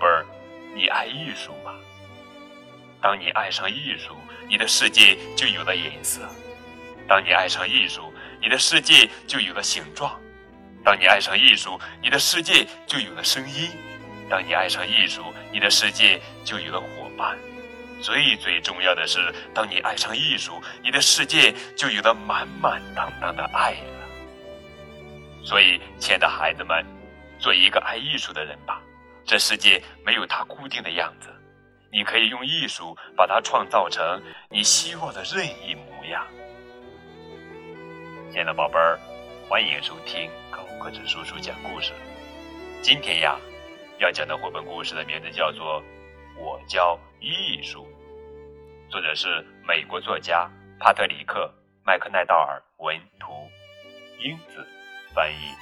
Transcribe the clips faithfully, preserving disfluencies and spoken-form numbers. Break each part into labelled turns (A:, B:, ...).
A: 贝儿，你爱艺术吗？当你爱上艺术，你的世界就有了颜色；当你爱上艺术，你的世界就有了形状；当你爱上艺术，你的世界就有了声音；当你爱上艺术，你的世界就有了伙伴。最最重要的是，当你爱上艺术，你的世界就有了满满当当的爱了。所以，亲爱的孩子们，做一个爱艺术的人吧。这世界没有它固定的样子，你可以用艺术把它创造成你希望的任意模样。亲爱的宝贝儿，欢迎收听高个子叔叔讲故事。今天呀，要讲的绘本故事的名字叫做《我教艺术》，作者是美国作家帕特里克·麦克奈道尔文图，英子翻译。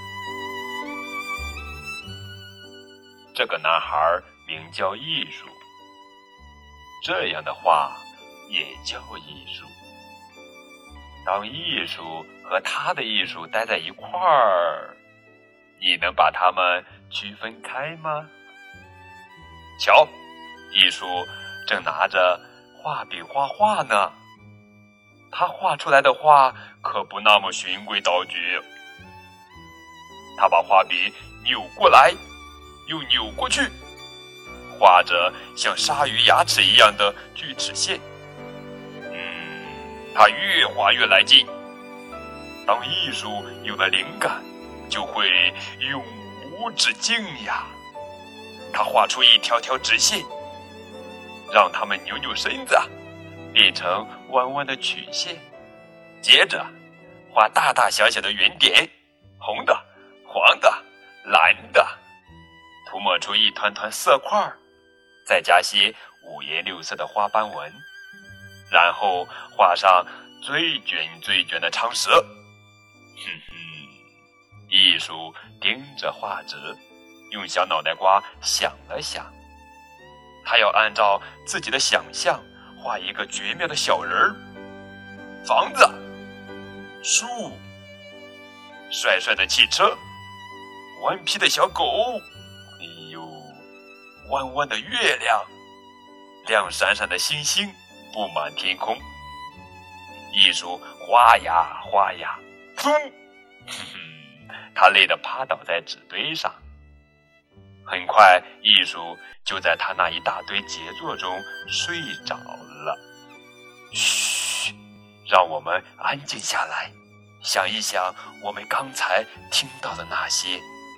A: 这个男孩名叫艺术，这样的话也叫艺术。当艺术和他的艺术待在一块儿，你能把它们区分开吗？瞧，艺术正拿着画笔画画呢，他画出来的画可不那么循规蹈矩。他把画笔扭过来又扭过去，画着像鲨鱼牙齿一样的锯齿线。嗯，他越画越来劲。当艺术有了灵感，就会永无止境呀。他画出一条条直线，让它们扭扭身子，变成弯弯的曲线。接着画大大小小的圆点，红的、黄的、蓝的，涂抹出一团团色块，再加些五颜六色的花斑纹，然后画上最卷最卷的长蛇。哼哼，艺术盯着画纸，用小脑袋瓜想了想，他要按照自己的想象画一个绝妙的小人儿，房子、树、帅帅的汽车、顽皮的小狗，哎呦，弯弯的月亮，亮闪闪的星星布满天空。艺术画呀画呀，砰！哼哼，他累得趴倒在纸堆上。很快，艺术就在他那一大堆杰作中睡着了。嘘，让我们安静下来，想一想我们刚才听到的那些。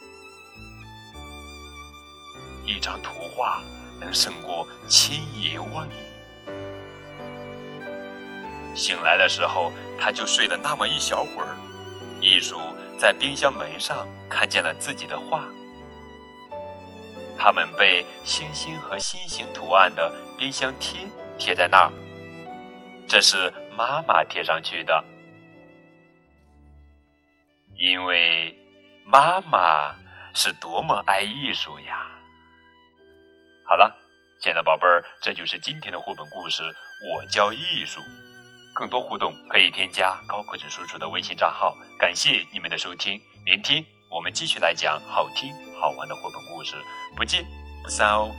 A: 一张图画能胜过千言万语。醒来的时候，他就睡了那么一小会儿。艺术在冰箱门上看见了自己的画，它们被星星和心形图案的冰箱贴贴在那儿，这是妈妈贴上去的，因为妈妈是多么爱艺术呀。好了，亲爱的宝贝儿，这就是今天的绘本故事《我教艺术》。更多互动可以添加高个子叔叔的微信账号。感谢你们的收听，明天我们继续来讲好听好玩的绘本故事，不见不散哦。